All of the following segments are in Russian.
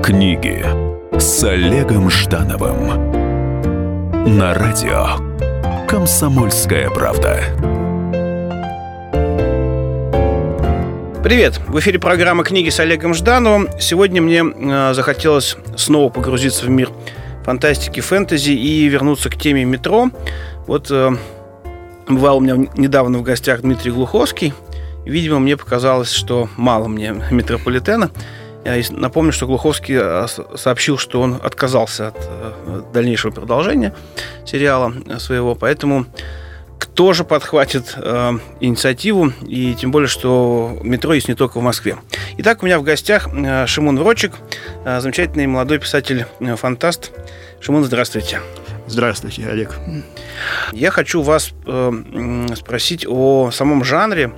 Книги с Олегом Ждановым на радио «Комсомольская правда». Привет! В эфире программа «Книги с Олегом Ждановым». Сегодня мне захотелось снова погрузиться в мир фантастики, фэнтези и вернуться к теме метро. Вот бывал у меня недавно в гостях Дмитрий Глуховский. Видимо, мне показалось, что мало мне метрополитена. Я напомню, что Глуховский сообщил, что он отказался от дальнейшего продолжения сериала своего. Поэтому кто же подхватит инициативу? И тем более, что метро есть не только в Москве. Итак, у меня в гостях Шимон Врочек, замечательный молодой писатель-фантаст. Шимон, здравствуйте. Здравствуйте, Олег. Я хочу вас спросить о самом жанре,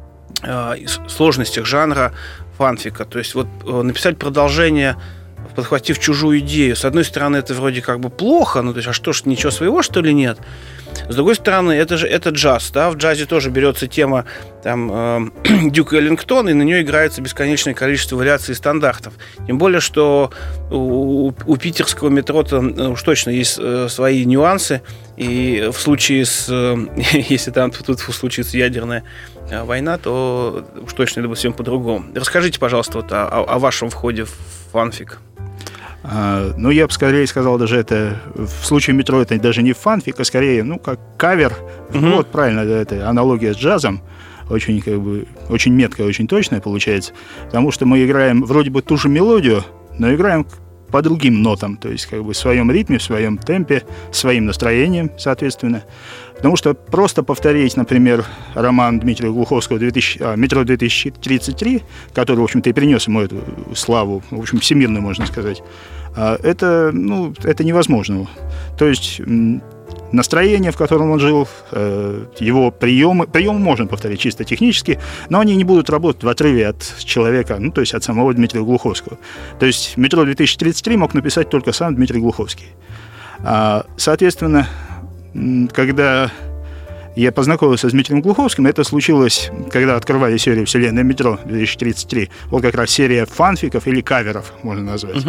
сложностях жанра фанфика. То есть вот написать продолжение, подхватив чужую идею. С одной стороны, это вроде как бы плохо, ну то есть, а что ж, ничего своего, что ли, нет? С другой стороны, это джаз, да, в джазе тоже берется тема там Дюка Эллингтона, и на нее играется бесконечное количество вариаций и стандартов. Тем более, что у питерского метро-то уж точно есть свои нюансы, и в случае если там тут случится ядерная война, то уж точно это будет всем по-другому. Расскажите, пожалуйста, вот о вашем входе в фанфик. Ну, я бы скорее сказал, даже это в случае метро это даже не фанфик, а скорее, как кавер. Ну, вот правильно, это аналогия с джазом. Очень меткая, очень точная получается. Потому что мы играем вроде бы ту же мелодию, но играем по другим нотам. То есть в своем ритме, в своем темпе, своим настроением, соответственно. Потому что просто повторить, например, роман Дмитрия Глуховского «Метро-2033», который, в общем-то, и принес ему эту славу, в общем, всемирную, можно сказать, это невозможно. То есть настроение, в котором он жил, его приемы можно повторить чисто технически, но они не будут работать в отрыве от человека, то есть от самого Дмитрия Глуховского. То есть «Метро-2033» мог написать только сам Дмитрий Глуховский. Соответственно, когда я познакомился с Дмитрием Глуховским, это случилось, когда открывали серию «Вселенная Метро-2033». Вот как раз серия фанфиков или каверов, можно назвать.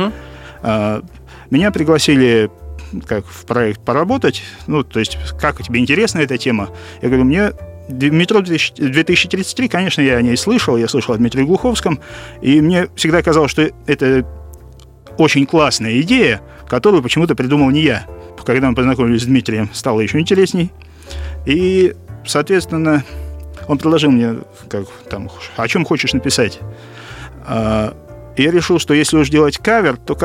Меня пригласили в проект поработать. То есть, как тебе интересна эта тема? Я говорю, мне «Метро-2033», конечно, я о ней слышал. Я слышал о Дмитрии Глуховском. И мне всегда казалось, что это очень классная идея, которую почему-то придумал не я. Когда мы познакомились с Дмитрием, стало еще интересней. И, соответственно, он предложил мне, о чем хочешь написать. И я решил, что если уж делать кавер, то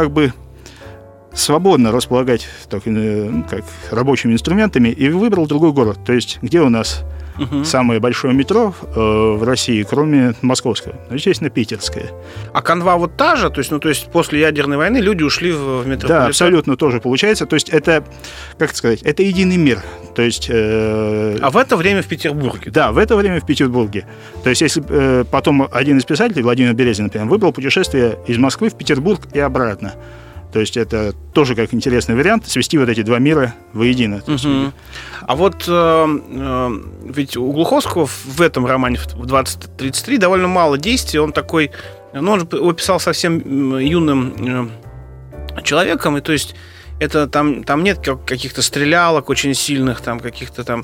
свободно располагать рабочими инструментами, и выбрал другой город. То есть, где у нас самое большое метро в России, кроме московского? Естественно, питерское. А канва вот та же? То есть после ядерной войны люди ушли в метрополитен? Да, абсолютно тоже получается. То есть, это, это единый мир. То есть, А в это время в Петербурге? Да, в это время в Петербурге. То есть, если потом один из писателей, Владимир Березин, например, выбрал путешествие из Москвы в Петербург и обратно. То есть это тоже как интересный вариант свести вот эти два мира воедино. А вот ведь у Глуховского в этом романе в 2033 довольно мало действий. Он такой, он же его писал совсем юным человеком, и то есть это там нет каких-то стрелялок очень сильных, там каких-то там.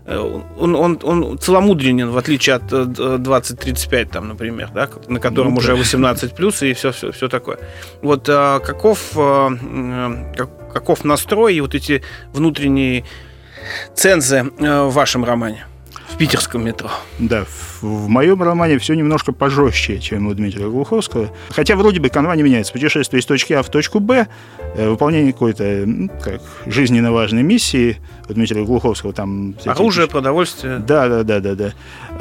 Он целомудренен, в отличие от 2035, там, например, да, на котором уже 18+, и все такое. Вот каков настрой и вот эти внутренние цензы в вашем романе, в питерском метро? Да, в моем романе все немножко пожестче, чем у Дмитрия Глуховского. Хотя вроде бы канва не меняется. Путешествие из точки А в точку Б, выполнение какой-то жизненно важной миссии. У Дмитрия Глуховского там... Оружие, продовольствие. Да.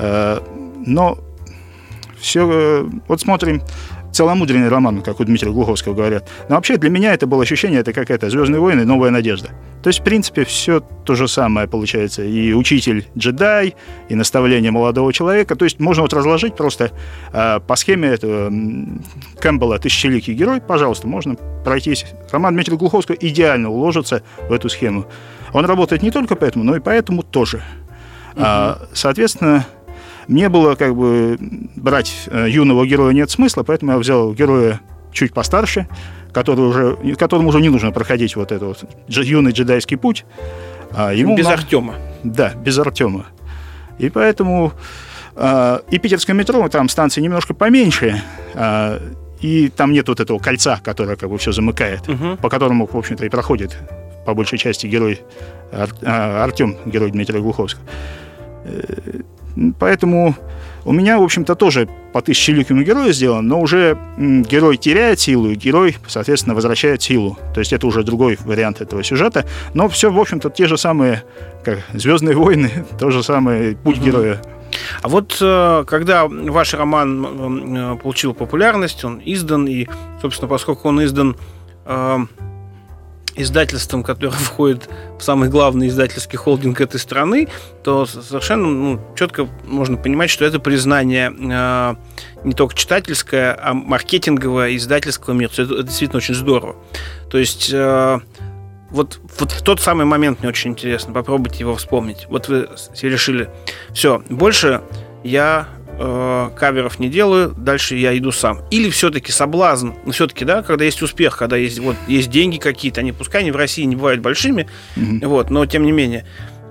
Но все... Вот смотрим... Целомудренный роман, как у Дмитрия Глуховского говорят. Но вообще для меня это было ощущение, это какая-то «Звездные войны. Новая надежда». То есть, в принципе, все то же самое получается. И учитель-джедай, и наставление молодого человека. То есть можно разложить просто по схеме этого Кэмпбелла «Тысячеликий герой». Пожалуйста, можно пройтись. Роман Дмитрия Глуховского идеально уложится в эту схему. Он работает не только поэтому, но и поэтому тоже. Соответственно, мне было брать юного героя нет смысла, поэтому я взял героя чуть постарше, которому уже не нужно проходить вот этот вот юный джедайский путь. Без Артема. Да, без Артема. И поэтому и питерское метро, там станции немножко поменьше, и там нет вот этого кольца, которое как бы все замыкает, по которому, в общем-то, и проходит по большей части герой Артем, герой Дмитрия Глуховского. Поэтому у меня, в общем-то, тоже по тысячеликому герою сделан, но уже герой теряет силу, и герой, соответственно, возвращает силу. То есть это уже другой вариант этого сюжета. Но все, в общем-то, те же самые, как «Звездные войны», то же самое «Путь героя». А вот когда ваш роман получил популярность, он издан, и, собственно, поскольку он издан издательством, которое входит в самый главный издательский холдинг этой страны, то совершенно четко можно понимать, что это признание не только читательское, а маркетинговое, издательского мира. Это действительно очень здорово. То есть вот в тот самый момент мне очень интересно, попробуйте его вспомнить. Вот вы решили, все, больше я каверов не делаю, дальше я иду сам. Или все-таки соблазн, все-таки, да, когда есть успех, когда есть деньги какие-то, они пускай они в России не бывают большими, но тем не менее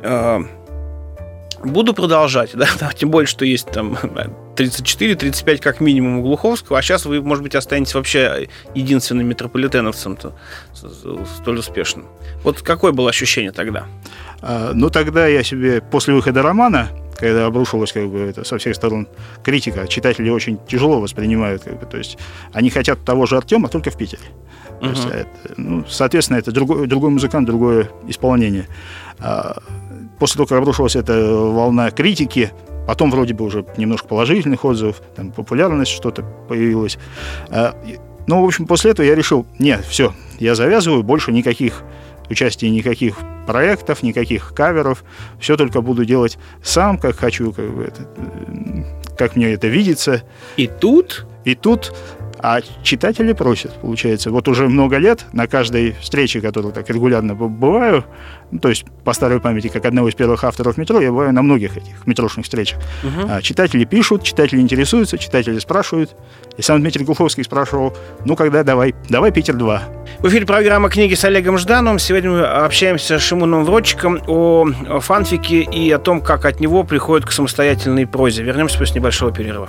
буду продолжать, да, тем более, что есть там 34-35 как минимум у Глуховского, а сейчас вы, может быть, останетесь вообще единственным метрополитеновцем столь успешным. Вот какое было ощущение тогда? Тогда я себе после выхода романа, когда обрушилась как бы это со всех сторон критика, читатели очень тяжело воспринимают, как бы, то есть они хотят того же Артема, только в Питере. То есть, соответственно, это другой музыкант, другое исполнение. После того, как обрушилась эта волна критики, потом вроде бы уже немножко положительных отзывов, там популярность что-то появилась. В общем, после этого я решил, нет, все, я завязываю, больше никаких участия, никаких проектов, никаких каверов, все только буду делать сам, как хочу, как мне это видится. И тут, а читатели просят, получается. Вот уже много лет на каждой встрече, которую так регулярно бываю, то есть по старой памяти, как одного из первых авторов метро, я бываю на многих этих метрошных встречах. Читатели пишут, читатели интересуются, читатели спрашивают. И сам Дмитрий Глуховский спрашивал, когда давай Питер 2. В эфире программа «Книги» с Олегом Ждановым. Сегодня мы общаемся с Шимоном Врочиком о фанфике и о том, как от него приходит к самостоятельной прозе. Вернемся после небольшого перерыва.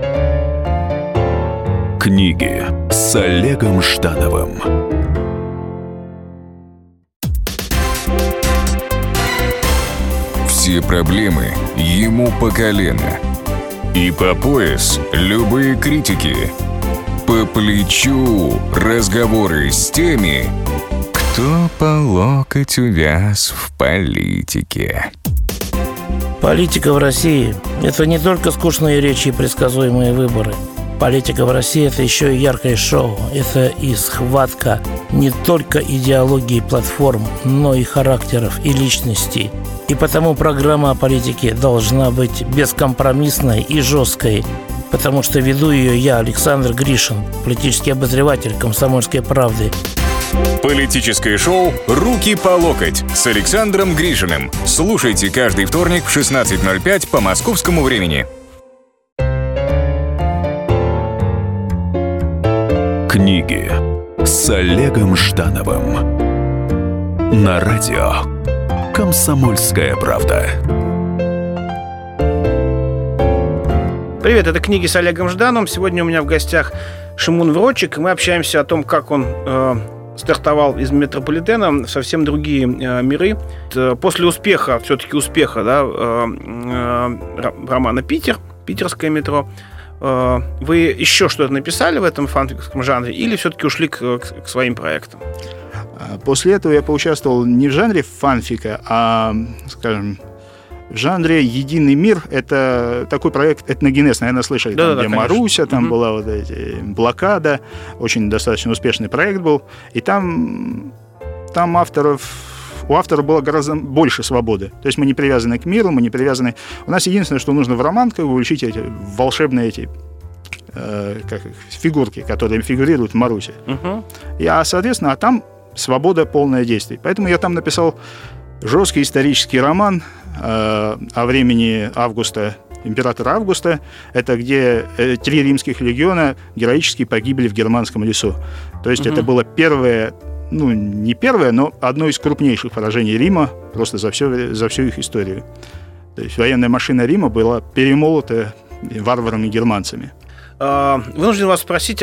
Книги с Олегом Ждановым. Все проблемы ему по колено. И по пояс любые критики. По плечу разговоры с теми, кто по локоть увяз в политике. Политика в России – это не только скучные речи и предсказуемые выборы. Политика в России – это еще и яркое шоу. Это и схватка не только идеологии платформ, но и характеров и личностей. И потому программа о политике должна быть бескомпромиссной и жесткой, потому что веду ее я, Александр Гришин, политический обозреватель «Комсомольской правды». Политическое шоу «Руки по локоть» с Александром Гришиным. Слушайте каждый вторник в 16:05 по московскому времени. Книги с Олегом Ждановым. На радио «Комсомольская правда». Привет, это «Книги с Олегом Ждановым». Сегодня у меня в гостях Шимон Врочик, и мы общаемся о том, как он стартовал из метрополитена в совсем другие миры. После успеха, все-таки успеха, да, романа «Питер», питерское метро, вы еще что-то написали в этом фанфикском жанре или все-таки ушли к своим проектам? После этого я поучаствовал не в жанре фанфика, а, скажем, в жанре «Единый мир». Это такой проект «Этногенез», наверное, слышали, да, где Маруся, там была вот эти блокада, очень достаточно успешный проект был, и там у автора было гораздо больше свободы. То есть мы не привязаны к миру, мы не привязаны... У нас единственное, что нужно в роман, как бы уличить эти волшебные фигурки, которые фигурируют в Марусе. Соответственно, там свобода полная действий. Поэтому я там написал жесткий исторический роман о времени Августа императора Августа. Это где 3 римских легиона героически погибли в германском лесу. То есть это было первое, ну, не первое, но одно из крупнейших поражений Рима просто за всю их историю. То есть военная машина Рима была перемолота варварами-германцами. Вынужден вас спросить,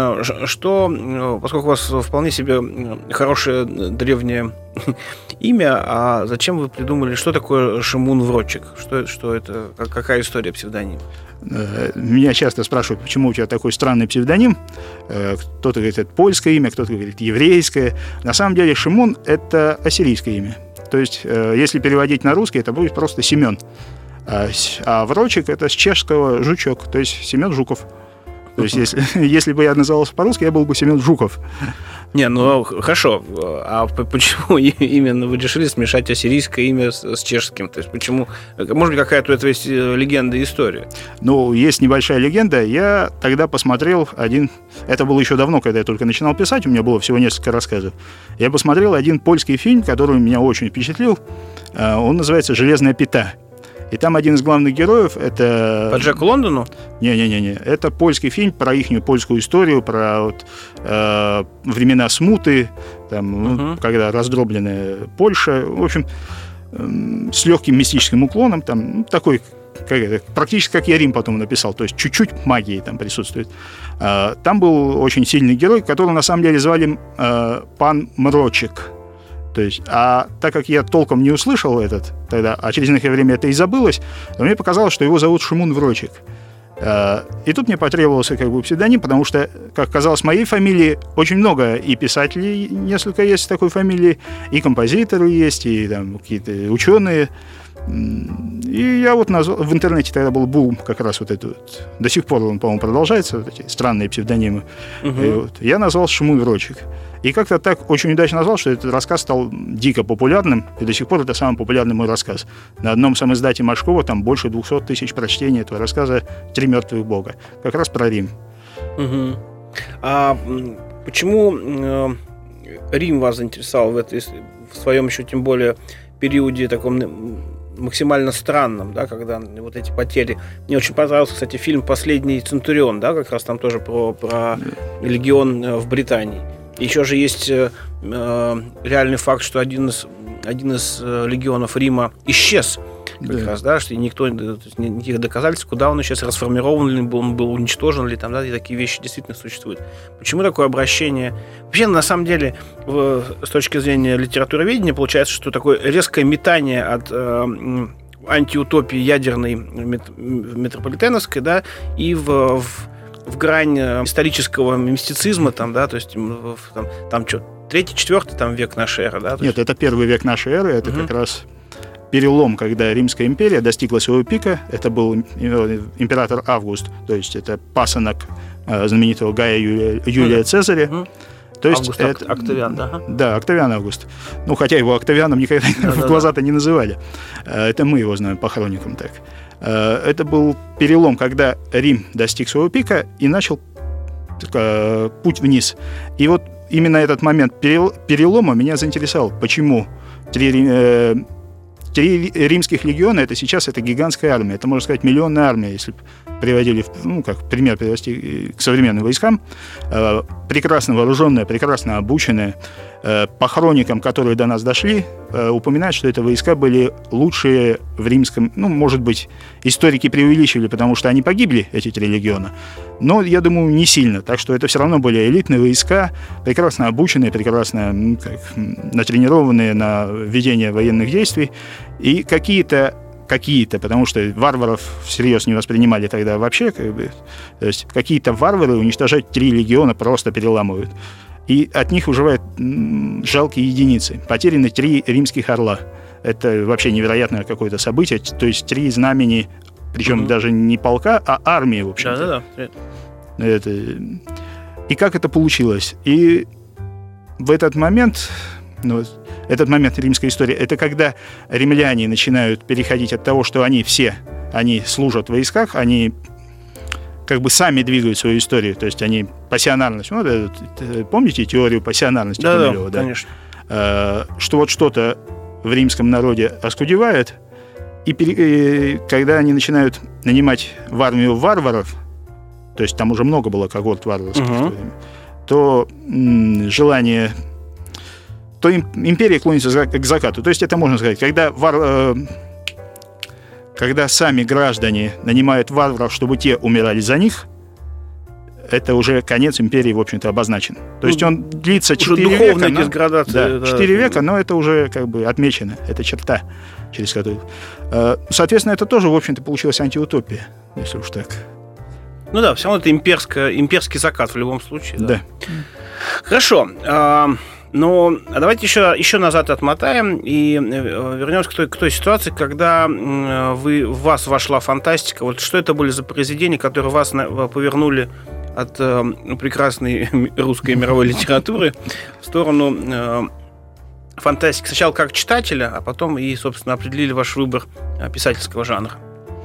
что, поскольку у вас вполне себе хорошее древнее имя, а зачем вы придумали, что такое Шимон Врочек? Что это, какая история псевдонима? Меня часто спрашивают, почему у тебя такой странный псевдоним. Кто-то говорит, это польское имя, кто-то говорит, еврейское. На самом деле Шимон – это ассирийское имя. То есть, если переводить на русский, это будет просто Семен. А Врочек – это с чешского жучок, то есть Семен Жуков. То есть, если бы я назывался по-русски, я был бы Семен Жуков. Не, ну хорошо. А почему именно вы решили смешать ассирийское имя с чешским? То есть почему? Может быть, какая-то у этого есть легенда и история? Ну, есть небольшая легенда. Я тогда посмотрел один... Это было еще давно, когда я только начинал писать. У меня было всего несколько рассказов. Я посмотрел один польский фильм, который меня очень впечатлил. Он называется «Железная пята». И там один из главных героев — это... По Джеку Лондону? Не-не-не. Это польский фильм про ихнюю польскую историю, про времена смуты, там, когда раздробленная Польша. В общем, с легким мистическим уклоном. Там, такой, практически как я Рим потом написал. То есть чуть-чуть магии там присутствует. Там был очень сильный герой, которого на самом деле звали пан Мрочек. То есть, а так как я толком не услышал этот тогда, а через некоторое время это и забылось, то мне показалось, что его зовут Шимон Врочек. И тут мне потребовался как бы псевдоним, потому что, как казалось, моей фамилии очень много, и писателей несколько есть с такой фамилией, и композиторы есть, и там какие-то ученые. И я вот назвал, в интернете тогда был бум как раз вот этот вот, до сих пор он, по-моему, продолжается, вот эти странные псевдонимы. И вот, я назвал Шимон Врочек. И как-то так очень удачно назвал, что этот рассказ стал дико популярным, и до сих пор это самый популярный мой рассказ. На одном самоиздате Машкова там больше 200 тысяч прочтений этого рассказа «Три мертвых бога». Как раз про Рим. А почему Рим вас заинтересовал в своем еще тем более периоде таком максимально странном, да, когда вот эти потери. Мне очень понравился, кстати, фильм «Последний Центурион», да, как раз там тоже про легион в Британии. Еще же есть реальный факт, что один из легионов Рима исчез. Как раз, да, что никаких доказательств, куда он сейчас расформирован ли, он был уничтожен ли, там, да, и такие вещи действительно существуют. Почему такое обращение? Вообще, на самом деле, с точки зрения литературоведения, получается, что такое резкое метание от антиутопии ядерной метрополитеновской, да, и в грань исторического мистицизма, там, да, то есть там что, 3-4 там век нашей эры, да? Нет, это 1 век нашей эры, это как раз перелом, когда Римская империя достигла своего пика. Это был император Август, то есть это пасынок знаменитого Гая Юлия Цезаря. То есть Август, Октавиан, да? Да, Октавиан Август. Ну, хотя его Октавианом никогда в глаза-то не называли. Это мы его знаем по хроникам так. Это был перелом, когда Рим достиг своего пика и начал путь вниз. И вот именно этот момент перелома меня заинтересовал. Почему 3 римских легиона это сейчас это гигантская армия. Это, можно сказать, миллионная армия, если приводили, ну, как пример привести к современным войскам. Прекрасно вооруженная, прекрасно обученная. По хроникам, которые до нас дошли, упоминают, что это войска были лучшие в римском... Ну, может быть, историки преувеличивали, потому что они погибли, эти 3 легиона. Но, я думаю, не сильно. Так что это все равно были элитные войска, прекрасно обученные, прекрасно натренированные на ведение военных действий. И какие-то, потому что варваров всерьез не воспринимали тогда вообще, как бы, то есть какие-то варвары уничтожать 3 легиона просто переламывают. И от них выживают жалкие единицы. Потеряны 3 римских орла. Это вообще невероятное какое-то событие. То есть 3 знамени, причем даже не полка, а армии, в общем-то. Да. И как это получилось? И в этот момент римской истории, это когда римляне начинают переходить от того, что они служат в войсках, они как бы сами двигают свою историю, то есть они пассионарность. Ну, помните теорию пассионарности Гумилева? Да, конечно. Что вот что-то в римском народе оскудевает, И когда они начинают нанимать в армию варваров, то есть там уже много было когорт варварских, то желание... то империя клонится к закату. То есть это можно сказать, когда сами граждане нанимают варваров, чтобы те умирали за них, это уже конец империи, в общем-то, обозначен. То есть он длится 4 века. Да, 4 века, но это уже как бы отмечено. Это черта, через которую... Соответственно, это тоже, в общем-то, получилась антиутопия, если уж так. Ну да, все равно это имперский закат в любом случае. Да. Хорошо. Но давайте еще назад отмотаем и вернемся к той ситуации, когда в вас вошла фантастика. Вот что это были за произведения, которые вас повернули от прекрасной русской мировой литературы в сторону фантастики? Сначала как читателя, а потом и, собственно, определили ваш выбор писательского жанра.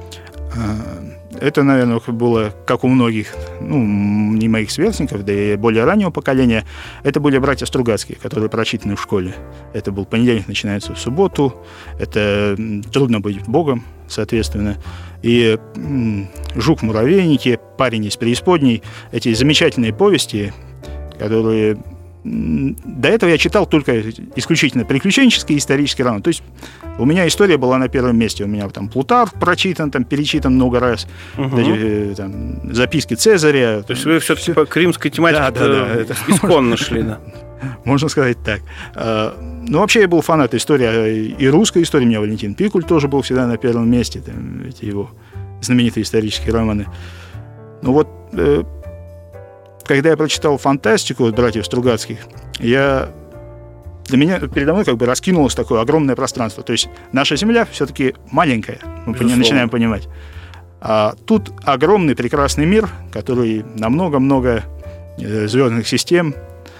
Это, наверное, было, как у многих, не моих сверстников, да и более раннего поколения, это были братья Стругацкие, которые прочитаны в школе. Это был понедельник, начинается в субботу, это «Трудно быть Богом», соответственно, и «Жук в муравейнике», «Парень из преисподней», эти замечательные повести, которые... До этого я читал только исключительно приключенческие исторические романы. То есть у меня история была на первом месте. У меня там Плутарх прочитан, там перечитан много раз. Там, записки Цезаря. То есть вы все-таки по римской тематике исконно шли, да? Можно сказать так. Ну, вообще я был фанат истории, и русской истории. У меня Валентин Пикуль тоже был всегда на первом месте. Там, эти его знаменитые исторические романы. Ну вот... Когда я прочитал фантастику братьев Стругацких, передо мной как бы раскинулось такое огромное пространство. То есть наша Земля все-таки маленькая, мы начинаем понимать. А тут огромный прекрасный мир, который на много-много звездных систем,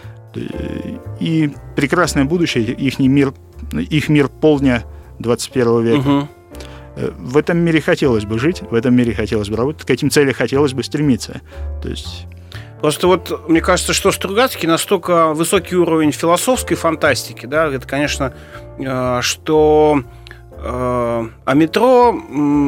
и прекрасное будущее, их мир полдня 21 века. В этом мире хотелось бы жить, в этом мире хотелось бы работать, к этим целям хотелось бы стремиться. То есть... Просто вот мне кажется, что Стругацкий настолько высокий уровень философской фантастики, да, это, конечно, что метро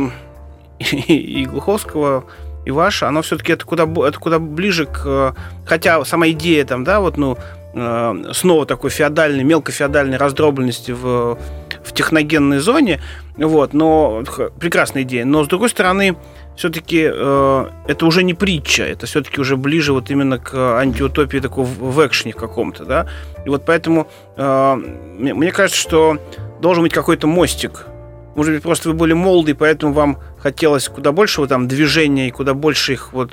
и Глуховского, и ваше, оно все-таки это куда ближе к... Хотя сама идея там, да, вот, снова такой мелкофеодальной раздробленности в техногенной зоне, вот, но прекрасная идея. Но, с другой стороны, все-таки это уже не притча, это все-таки уже ближе вот именно к антиутопии такого в экшене каком-то, да. И вот поэтому мне кажется, что должен быть какой-то мостик. Может быть, просто вы были молоды, поэтому вам хотелось куда больше там движения и куда больше их вот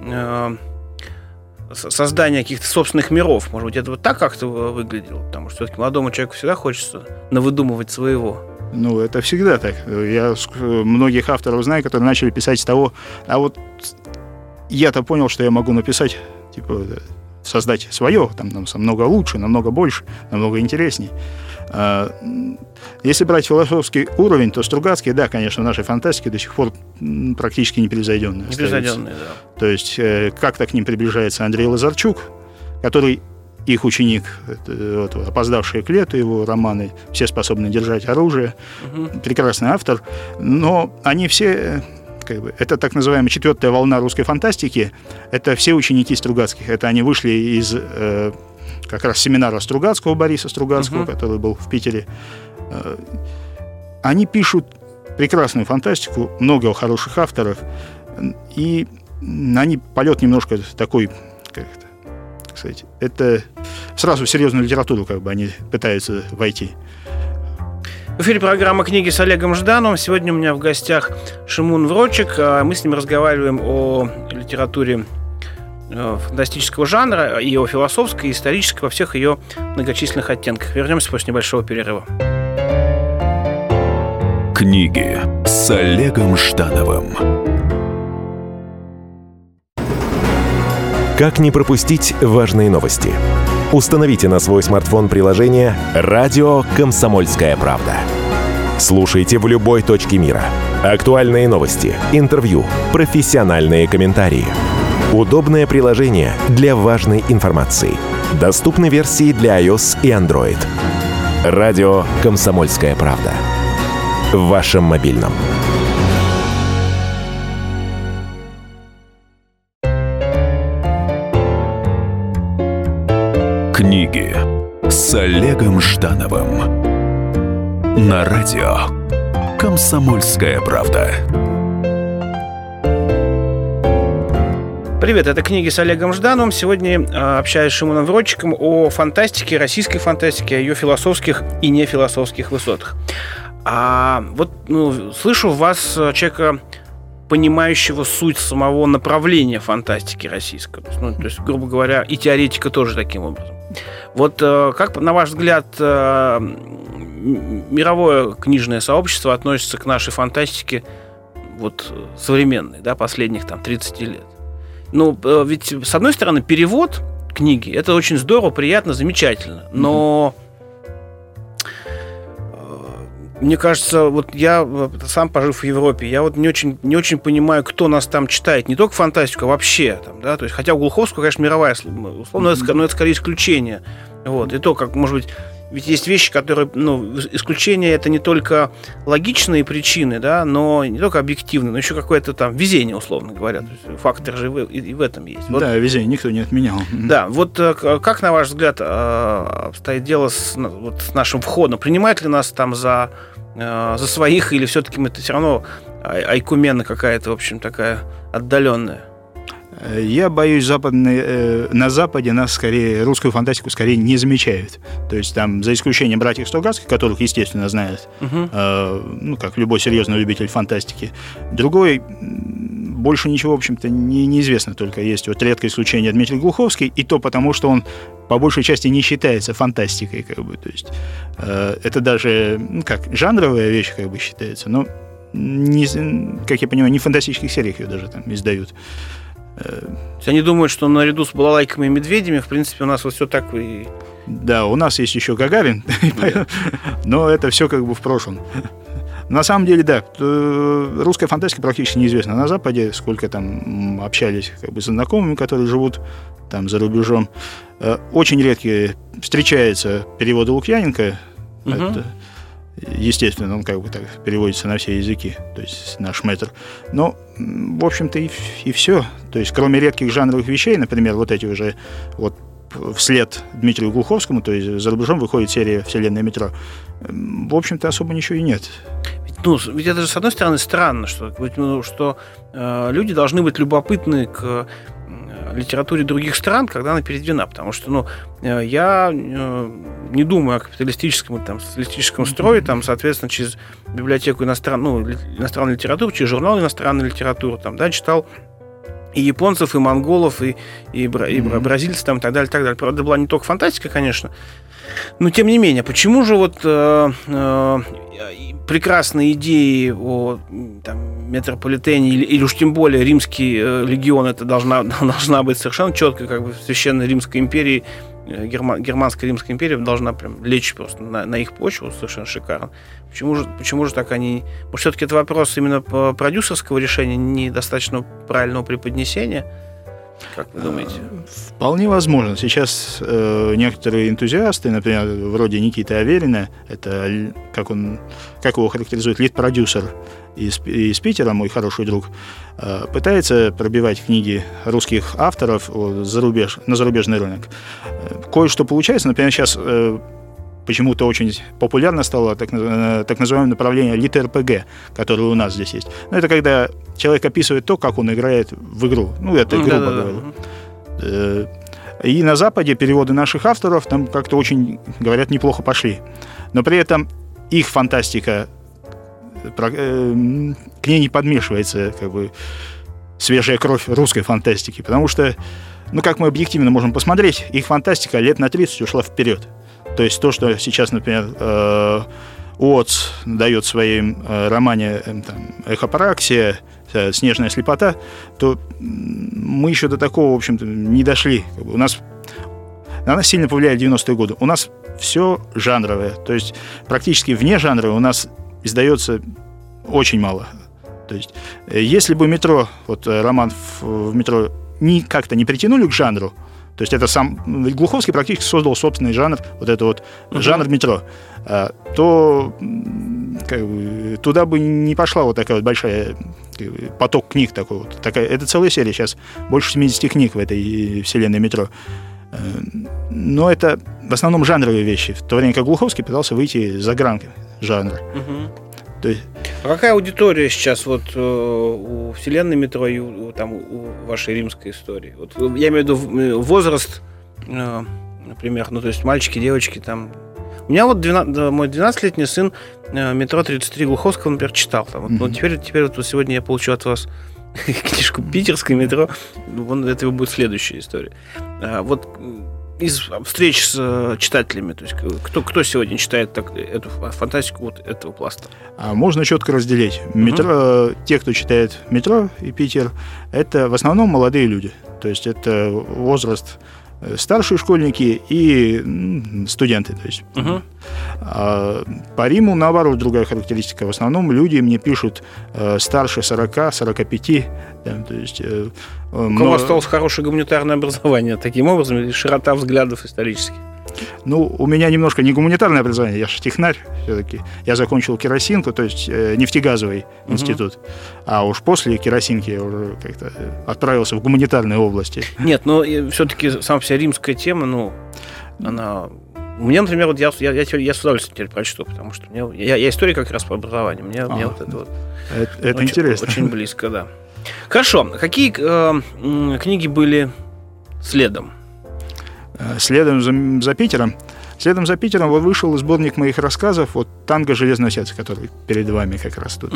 создания каких-то собственных миров. Может быть, это вот так как-то выглядело? Потому что все-таки молодому человеку всегда хочется навыдумывать своего. Ну, это всегда так. Я многих авторов знаю, которые начали писать с того... А вот я-то понял, что я могу написать, создать свое, там намного лучше, намного больше, намного интересней. Если брать философский уровень, то Стругацкие, да, конечно, в нашей фантастике до сих пор практически непревзойденные. Непревзойденные, да. То есть как-то к ним приближается Андрей Лазарчук, который... Их ученик, опоздавший к лету, его романы «Все способны держать оружие», прекрасный автор, но они все, это так называемая 4-я волна русской фантастики, это все ученики Стругацких, это они вышли из как раз семинара Стругацкого, Бориса Стругацкого, который был в Питере. Они пишут прекрасную фантастику, много хороших авторов, и они полет немножко такой, кстати, это сразу в серьезную литературу они пытаются войти. В эфире программа «Книги» с Олегом Ждановым. Сегодня у меня в гостях Шимун Врочек. Мы с ним разговариваем о литературе фантастического жанра, и о философской, и исторической, во всех ее многочисленных оттенках. Вернемся после небольшого перерыва. Книги с Олегом Ждановым. Как не пропустить важные новости? Установите на свой смартфон приложение «Радио Комсомольская правда». Слушайте в любой точке мира. Актуальные новости, интервью, профессиональные комментарии. Удобное приложение для важной информации. Доступны версии для iOS и Android. «Радио Комсомольская правда». в вашем мобильном. Книги с Олегом Ждановым на радио «Комсомольская правда». Привет, это «Книги с Олегом Ждановым». Сегодня общаюсь с Шимоном Вродчиком о фантастике, российской фантастике, о ее философских и нефилософских высотах. Слышу в вас человека, понимающего суть самого направления фантастики российской. То есть, грубо говоря, и теоретика тоже таким образом. Как, на ваш взгляд, мировое книжное сообщество относится к нашей фантастике современной, последних 30 лет? Ведь, с одной стороны, перевод книги – это очень здорово, приятно, замечательно. Но мне кажется, я сам, пожив в Европе, я не очень понимаю, кто нас там читает. Не только фантастику, а вообще. То есть, хотя у Глуховского, конечно, мировая, условно, но это скорее исключение. И то, как, может быть, ведь есть вещи, которые, исключения это не только логичные причины, но не только объективные, но еще какое-то везение, условно говоря. То есть, фактор же и в этом есть. Да, везение никто не отменял. Да, как, на ваш взгляд, обстоит дело с нашим входом? Принимают ли нас там за своих, или все-таки мы все равно айкумена какая-то, в общем, такая отдаленная? Я боюсь, на Западе нас скорее, русскую фантастику скорее не замечают. То есть там, за исключением братьев Стругацких, которых, естественно, знают, как любой серьезный любитель фантастики. Другой, больше ничего, в общем-то, неизвестно, только есть редкое исключение Дмитрий Глуховский, и то потому, что он по большей части не считается фантастикой, То есть это даже, жанровая вещь, считается, но, как я понимаю, не в фантастических сериях ее даже там издают. Они думают, что наряду с балалайками и медведями, в принципе, у нас все так и... Да, у нас есть еще Гагарин, но это все в прошлом. На самом деле, да, русская фантастика практически неизвестна на Западе, сколько там общались с знакомыми, которые живут там за рубежом. Очень редкие встречаются переводы Лукьяненко. Это, естественно, он так переводится на все языки, то есть наш мэтр. Но, в общем-то, и все. То есть, кроме редких жанровых вещей, например, эти уже вслед Дмитрию Глуховскому, то есть за рубежом выходит серия «Вселенная метро», в общем-то, особо ничего и нет. Ведь это же, с одной стороны, странно, что люди должны быть любопытны к литературе других стран, когда она переведена, потому что, я не думаю о капиталистическом социалистическом строе, соответственно, через библиотеку иностранной литературы, через журнал иностранной литературы, читал и японцев, и монголов, и бразильцев, и так далее. Правда, была не только фантастика, конечно, но тем не менее, почему же прекрасные идеи о метрополитене или уж тем более римский легион, это должна быть совершенно четко, в Священной Римской империи, Германская Римская империя должна прям лечь просто на их почву, совершенно шикарно. Почему же так они... Может, все-таки это вопрос именно продюсерского решения, недостаточно правильного преподнесения? Как вы думаете? Вполне возможно. Сейчас некоторые энтузиасты, например, вроде Никиты Аверина, это, как его характеризует, лид-продюсер из Питера, мой хороший друг, пытается пробивать книги русских авторов на зарубежный рынок. Кое-что получается. Например, сейчас почему-то очень популярно стало так называемое направление лит-РПГ, которое у нас здесь есть. Это когда человек описывает то, как он играет в игру. Это грубо говоря. И на Западе переводы наших авторов там как-то очень, говорят, неплохо пошли. Но при этом их фантастика, к ней не подмешивается свежая кровь русской фантастики. Потому что, как мы объективно можем посмотреть, их фантастика лет на 30 ушла вперед. То есть то, что сейчас, например, Уотс дает в своем романе «Эхопараксия», «Снежная слепота», то мы еще до такого, в общем-то, не дошли. У нас на нас сильно повлияли 90-е годы. У нас все жанровое. То есть практически вне жанра у нас издается очень мало. То есть если бы «Метро», роман в «Метро» как-то не притянули к жанру, То есть это ведь Глуховский практически создал собственный жанр, вот это вот жанр метро. То как бы, туда бы не пошла вот такая вот большая поток книг такой вот. Это целая серия сейчас, больше 70 книг в этой вселенной метро. Но это в основном жанровые вещи, в то время как Глуховский пытался выйти за грань жанра. То есть... А какая аудитория сейчас вот у вселенной метро и у вашей римской истории? Вот, я имею в виду возраст, например, то есть мальчики, девочки там. У меня вот мой 12-летний сын метро 33 Глуховского, например, читал. Там. Вот, теперь вот сегодня я получу от вас книжку «Питерское метро». Это будет следующая история. Вот из встреч с читателями, то есть кто сегодня читает эту фантастику вот этого пласта? Можно четко разделить. Метро, те, кто читает «Метро» и «Питер», это в основном молодые люди. То есть это возраст старшие школьники и студенты. То есть. А по Риму, наоборот, другая характеристика. В основном люди мне пишут старше 40-45. То есть, у вас осталось хорошее гуманитарное образование. Таким образом, широта взглядов исторических. Ну, у меня немножко не гуманитарное образование, я же технарь все-таки. Я закончил керосинку, то есть нефтегазовый институт. А уж после керосинки я уже как-то отправился в гуманитарные области. Нет, но все-таки сама вся римская тема, она... У меня, например, вот я с удовольствием теперь прочту, потому что я историк как раз по образованию. Мне вот это вот это очень, интересно. Очень близко, да. Хорошо. Какие книги были следом? Следом за Питером вот вышел сборник моих рассказов, вот «Танго железного сердца», который перед вами как раз тут.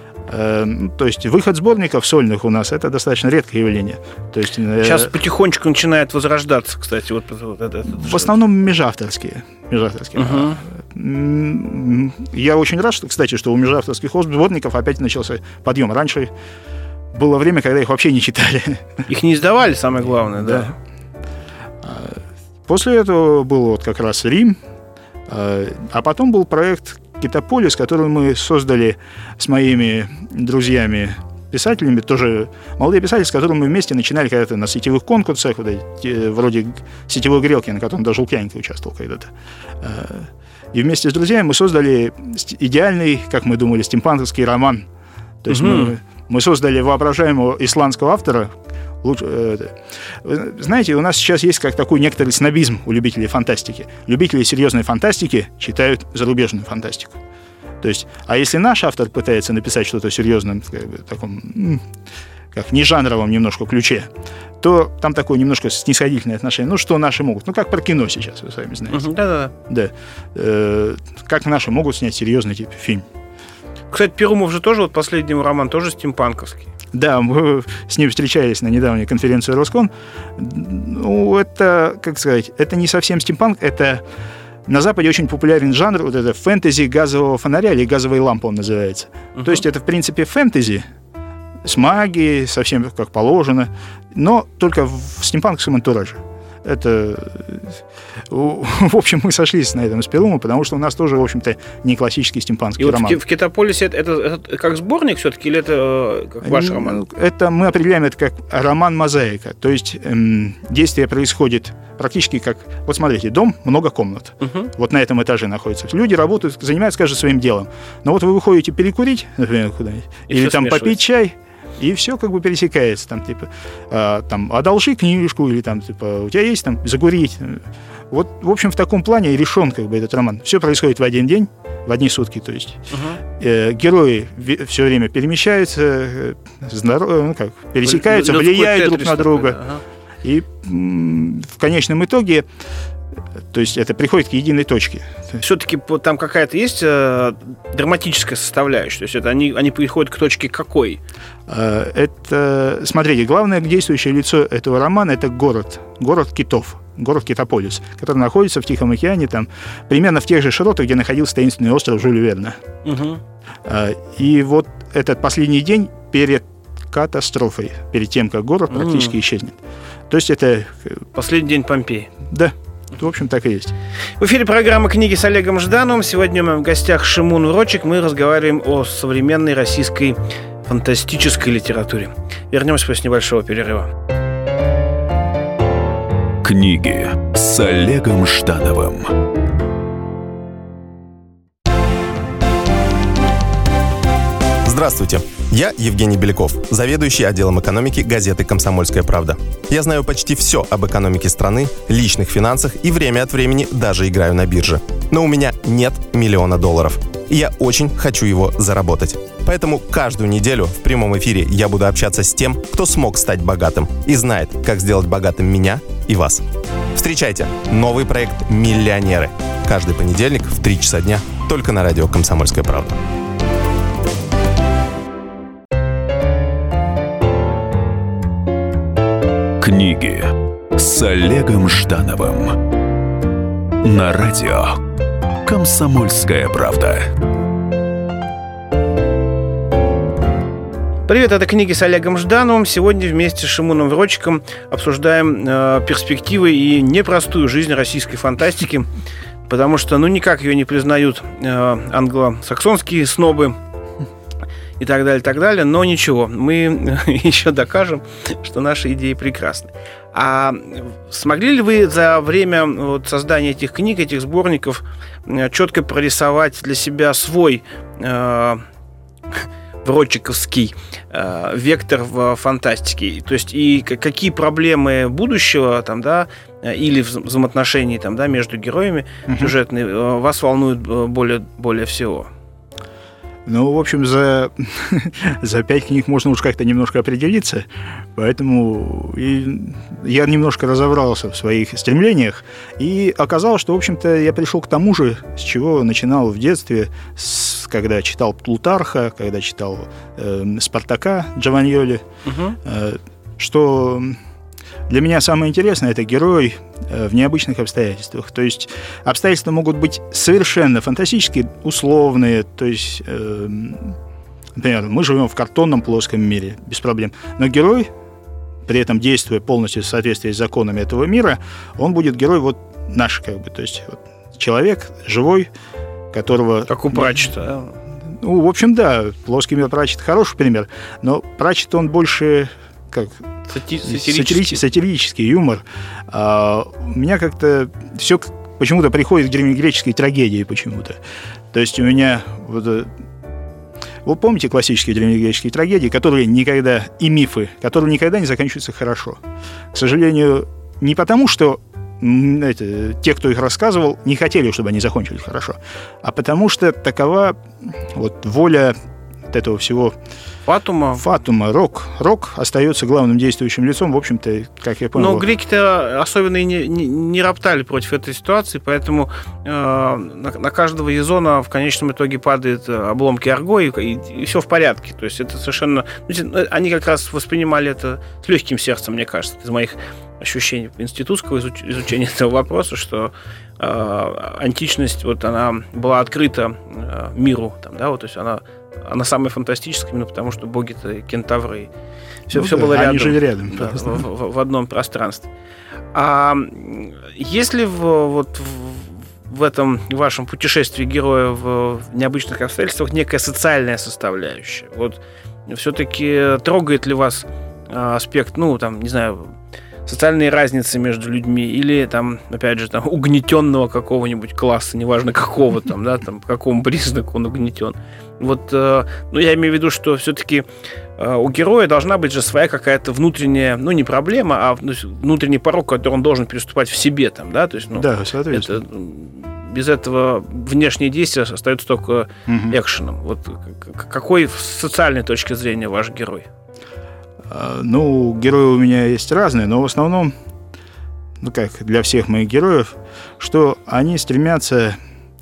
То есть выход сборников сольных у нас — это достаточно редкое явление. То есть, сейчас потихонечку начинает возрождаться, кстати. В основном межавторские. Я очень рад, кстати, что у межавторских сборников опять начался подъем. Раньше было время, когда их вообще не читали. Их не издавали, самое главное, да. После этого был вот как раз Рим, а потом был проект «Китополис», который мы создали с моими друзьями-писателями, тоже молодые писатели, с которыми мы вместе начинали когда-то на сетевых конкурсах, вроде сетевой грелки, на котором даже Лукьяненко участвовал когда-то. И вместе с друзьями мы создали идеальный, как мы думали, стимпанковский роман. То есть мы создали воображаемого исландского автора. Знаете, у нас сейчас есть как такой некоторый снобизм у любителей фантастики. Любители серьезной фантастики читают зарубежную фантастику. То есть, а если наш автор пытается написать что-то серьезное, в таком, как не жанровом немножко ключе, то там такое немножко снисходительное отношение. Что наши могут? Как про кино сейчас, вы сами знаете. Да. Как наши могут снять серьезный фильм? Кстати, Перумов же тоже, вот последний роман, тоже стимпанковский. Да, мы с ним встречались на недавней конференции Роскон. Это, как сказать, это не совсем стимпанк, это на Западе очень популярен жанр, вот это фэнтези газового фонаря или газовой лампы он называется. То есть это, в принципе, фэнтези с магией, совсем как положено, но только в стимпанковском антураже. Это... В общем, мы сошлись на этом с Перумом, потому что у нас тоже, в общем-то, не классический стимпанский роман. В «Китополисе» это как сборник все-таки, или это как ваш роман? Это мы определяем это как роман-мозаика. То есть действие происходит практически как... Вот смотрите, дом, много комнат. Вот на этом этаже находятся. Люди работают, занимаются каждый своим делом. Но вот вы выходите перекурить, например, куда-нибудь, или там попить чай, и все как бы пересекается. Там, типа, одолжи книжку, или там, типа, у тебя есть там закурить. Вот, в общем, в таком плане и решен как бы этот роман. Все происходит в один день, в одни сутки, то есть. Герои все время перемещаются, пересекаются, влияют друг на друга. И в конечном итоге, то есть это приходит к единой точке. Все-таки там какая-то есть драматическая составляющая? То есть это они приходят к точке какой? Это, смотрите, главное действующее лицо этого романа — это город китов, город Китополис, который находится в Тихом океане, там, примерно в тех же широтах, где находился таинственный остров Жюля Верна. И вот этот последний день перед катастрофой, перед тем, как город практически исчезнет. То есть это... Последний день Помпеи. Да. В общем, так и есть. В эфире программа «Книги с Олегом Ждановым». Сегодня у меня в гостях Шимон Урочек. Мы разговариваем о современной российской фантастической литературе. Вернемся после небольшого перерыва. Книги с Олегом Ждановым. Здравствуйте, я Евгений Беляков, заведующий отделом экономики газеты «Комсомольская правда». Я знаю почти все об экономике страны, личных финансах и время от времени даже играю на бирже. Но у меня нет $1 миллиона. И я очень хочу его заработать. Поэтому каждую неделю в прямом эфире я буду общаться с тем, кто смог стать богатым и знает, как сделать богатым меня и вас. Встречайте новый проект «Миллионеры». Каждый понедельник в 3 часа дня только на радио «Комсомольская правда». Книги с Олегом Ждановым на радио «Комсомольская правда». Привет, это «Книги с Олегом Ждановым». Сегодня вместе с Шимоном Врочиком обсуждаем перспективы и непростую жизнь российской фантастики, потому что никак ее не признают англосаксонские снобы и так далее, но ничего, мы еще докажем, что наши идеи прекрасны. А смогли ли вы за время создания этих книг, этих сборников четко прорисовать для себя свой врочиковский вектор в фантастике? То есть и какие проблемы будущего или взаимоотношений между героями сюжетные вас волнуют более всего? Ну, в общем, за 5 книг можно уж как-то немножко определиться, поэтому я немножко разобрался в своих стремлениях, и оказалось, что, в общем-то, я пришел к тому же, с чего начинал в детстве, когда читал Плутарха, когда читал Спартака Джованьоли, что для меня самое интересное – это герой в необычных обстоятельствах. То есть обстоятельства могут быть совершенно фантастические, условные. То есть, например, мы живем в картонном плоском мире, без проблем. Но герой, при этом действуя полностью в соответствии с законами этого мира, он будет герой наш, то есть человек живой, которого... Как у Пратчета. Ну, в общем, да, плоский мир Пратчета хороший пример, но Пратчет, он больше... Сатирический юмор. У меня как-то все почему-то приходит к древнегреческой трагедии почему-то. То есть у меня вы помните классические древнегреческие трагедии, которые никогда, и мифы, которые никогда не заканчиваются хорошо. К сожалению, не потому, что те, кто их рассказывал, не хотели, чтобы они закончились хорошо, а потому что такова воля этого всего Фатума, Рок остается главным действующим лицом, в общем-то, как я понял. Но греки-то особенно и не роптали против этой ситуации, поэтому на каждого Язона в конечном итоге падают обломки Арго, и все в порядке. То есть это совершенно... Они как раз воспринимали это с легким сердцем, мне кажется, из моих ощущений институтского изучения этого вопроса, что античность, она была открыта миру, то есть она самая фантастическая, именно потому что боги-то, кентавры, все было рядом. Они жили рядом. Да, в одном пространстве. А если в этом вашем путешествии героя в необычных обстоятельствах некая социальная составляющая? Все-таки трогает ли вас аспект, социальные разницы между людьми или опять же угнетенного какого-нибудь класса, неважно какого по какому признаку он угнетен? Я имею в виду, что все-таки у героя должна быть же своя какая-то внутренняя, не проблема, а внутренний порог, который он должен переступать в себе то есть, да, соответственно. Без этого внешние действия остаются только экшеном. Какой с социальной точки зрения ваш герой? Герои у меня есть разные, но в основном, как для всех моих героев, что они стремятся...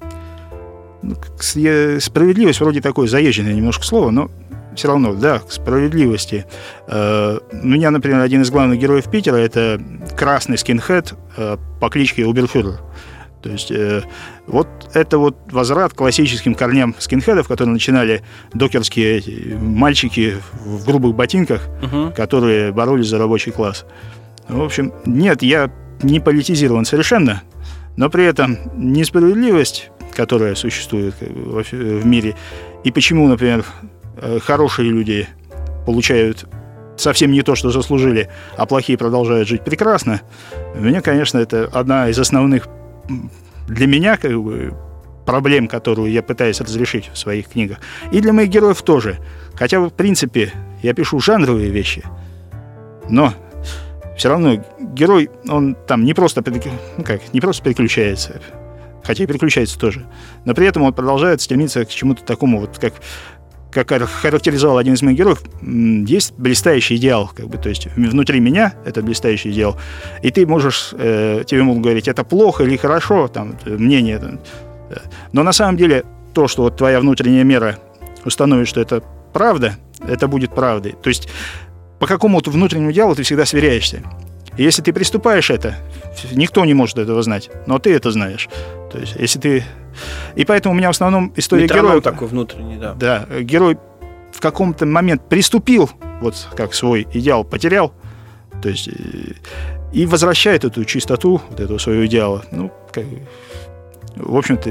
Справедливость вроде такое заезженное немножко слово, но все равно, да, к справедливости. У меня, например, один из главных героев Питера – это красный скинхед по кличке Уберфюрер. То есть это возврат к классическим корням скинхедов, которые начинали докерские мальчики в грубых ботинках, которые боролись за рабочий класс. В общем, нет, я не политизирован совершенно, но при этом несправедливость, которая существует в мире, и почему, например, хорошие люди получают совсем не то, что заслужили, а плохие продолжают жить прекрасно, мне, конечно, это одна из основных для меня как бы проблем, которую я пытаюсь разрешить в своих книгах. И для моих героев тоже. Хотя, в принципе, я пишу жанровые вещи, но все равно герой, он там не просто переключается, хотя и переключается тоже, но при этом он продолжает стремиться к чему-то такому, вот как характеризовал один из моих героев, есть блистающий идеал, как бы, то есть внутри меня это блистающий идеал, и ты можешь, тебе могут говорить, это плохо или хорошо, там, мнение, там, но на самом деле то, что вот твоя внутренняя мера установит, что это правда, это будет правдой. То есть по какому-то внутреннему идеалу ты всегда сверяешься. И если ты приступаешь это, никто не может этого знать, но ты это знаешь. То есть если ты... И поэтому у меня в основном история героя... такой внутренний, да. Да, герой в каком-то момент приступил, вот как свой идеал потерял, то есть и возвращает эту чистоту, вот этого своего идеала. Ну, как... В общем-то,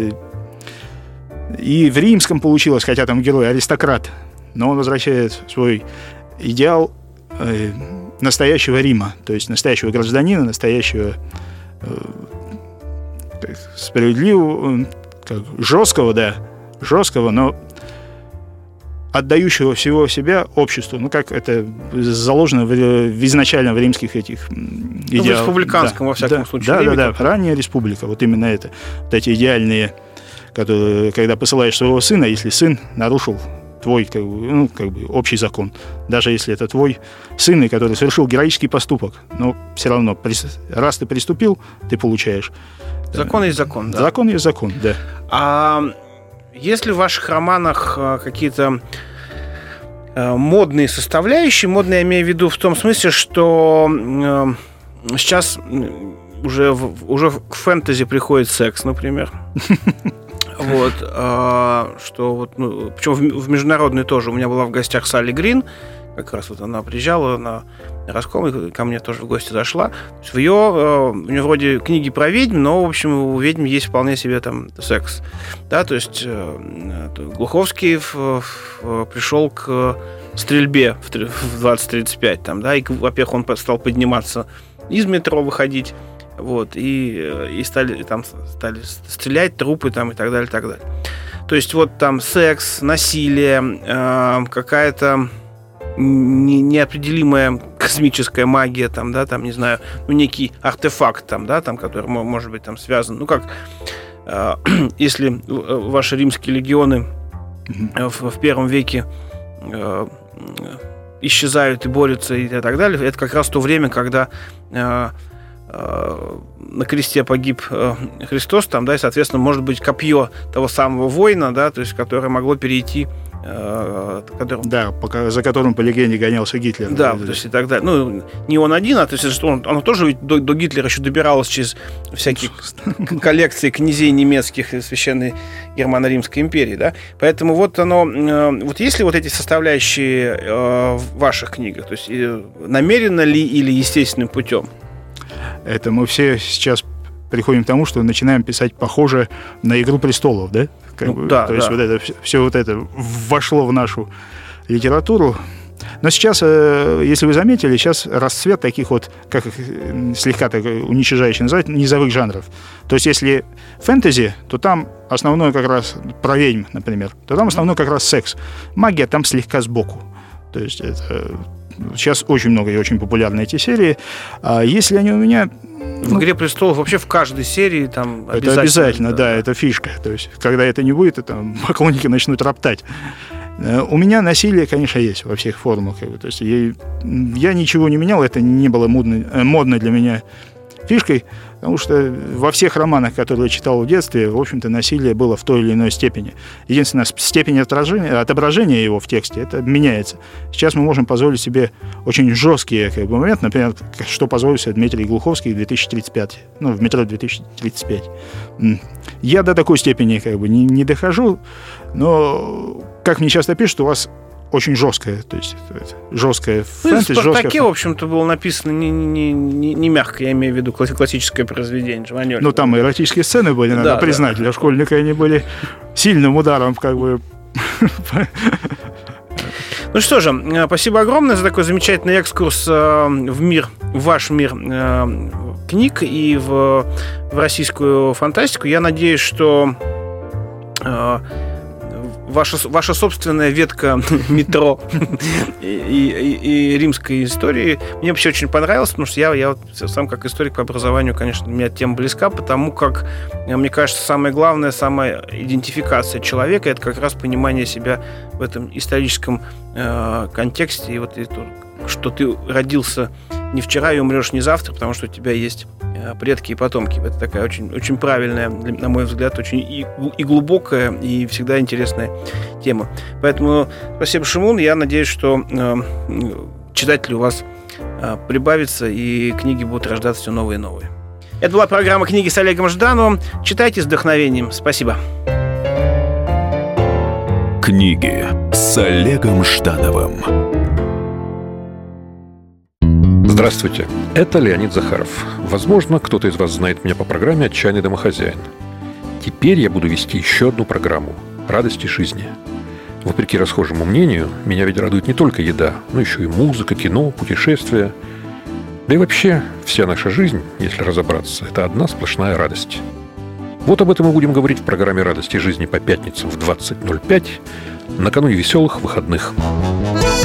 и в римском получилось, хотя там герой аристократ, но он возвращает свой идеал настоящего Рима, то есть настоящего гражданина, настоящего справедливого, жесткого, но отдающего всего себя обществу, ну, как это заложено изначально в римских этих идеалах. В республиканском, во всяком случае. Да, ранняя республика, вот именно это. Вот эти идеальные, которые, когда посылаешь своего сына, если сын нарушил твой, общий закон, даже если это твой сын, который совершил героический поступок, но все равно, раз ты приступил, ты получаешь. Закон есть закон, да. Закон есть закон, да. А есть ли в ваших романах какие-то модные составляющие? Модные я имею в виду в том смысле, что сейчас уже к фэнтези приходит секс, например. Вот, что вот, причем в международной тоже. У меня была в гостях Салли Грин, как раз вот она приезжала на Раском, и ко мне тоже в гости зашла. У нее вроде книги про ведьм, но, в общем, у ведьм есть вполне себе там секс. Да, то есть Глуховский пришел к стрельбе в 20:35, там, да, и, во-первых, он стал подниматься из метро, выходить, вот, и стали стрелять, трупы там, и так далее, так далее. То есть вот там секс, насилие, какая-то неопределимая космическая магия, там, да, там, не знаю, некий артефакт, там, да, там, который может быть там связан. Ну, как если ваши римские легионы в первом веке исчезают и борются и так далее, это как раз то время, когда на кресте погиб Христос, там, да, и, соответственно, может быть копье того самого воина, да, то есть, которое могло перейти, да, за которым, по легенде, гонялся Гитлер. Да, то есть и так далее. Ну, не он один, а то есть оно тоже ведь до Гитлера еще добиралось через всякие коллекции князей немецких и Священной Германо-Римской империи, да. Поэтому вот оно, вот есть ли вот эти составляющие в ваших книгах, то есть намеренно ли или естественным путем? Это мы все сейчас приходим к тому, что начинаем писать похоже на «Игру престолов», да? То есть вот это, все вот это вошло в нашу литературу. Но сейчас, если вы заметили, сейчас расцвет таких вот, как их слегка так уничижающе называть, низовых жанров. То есть если фэнтези, то там основное как раз про ведьм, например, то там основное как раз секс. Магия там слегка сбоку. То есть это... Сейчас очень много и очень популярны эти серии. А если они у меня... В «Игре престолов» вообще в каждой серии там обязательно... Это обязательно, да, это фишка. То есть, когда это не будет, то поклонники начнут роптать. У меня насилие, конечно, есть во всех формах. То есть я ничего не менял, это не было модно для меня фишкой, потому что во всех романах, которые я читал в детстве, в общем-то, насилие было в той или иной степени. Единственная степень отображения его в тексте, это меняется. Сейчас мы можем позволить себе очень жесткие моменты, например, что позволил себе Дмитрий Глуховский в 2035, в метро 2035. Я до такой степени не дохожу, но, как мне часто пишут, у вас очень жесткое, то есть жесткое фэнтези. В «Спартаке», в общем-то, было написано не мягко, я имею в виду классическое произведение. Жванёль. Ну, там эротические сцены были, надо признать. Для школьника они были сильным ударом, Ну, Ну что же, спасибо огромное за такой замечательный экскурс в мир, в ваш мир книг и в российскую фантастику. Я надеюсь, что ваша собственная ветка метро и римской истории мне вообще очень понравилась, потому что я сам как историк по образованию, конечно, мне тема близка, потому как, мне кажется, самое главное, самая идентификация человека — это как раз понимание себя в этом историческом контексте, и вот что ты родился не вчера и умрешь не завтра, потому что у тебя есть предки и потомки. Это такая очень, очень правильная, на мой взгляд, очень и глубокая, и всегда интересная тема. Поэтому спасибо, Шимон. Я надеюсь, что читателей у вас прибавится, и книги будут рождаться все новые и новые. Это была программа «Книги с Олегом Ждановым». Читайте с вдохновением. Спасибо. Книги с Олегом Ждановым. Здравствуйте, это Леонид Захаров. Возможно, кто-то из вас знает меня по программе «Отчаянный домохозяин». Теперь я буду вести еще одну программу «Радости жизни». Вопреки расхожему мнению, меня ведь радует не только еда, но еще и музыка, кино, путешествия. Да и вообще, вся наша жизнь, если разобраться, это одна сплошная радость. Вот об этом мы будем говорить в программе «Радости жизни» по пятницам в 20:05 накануне веселых выходных.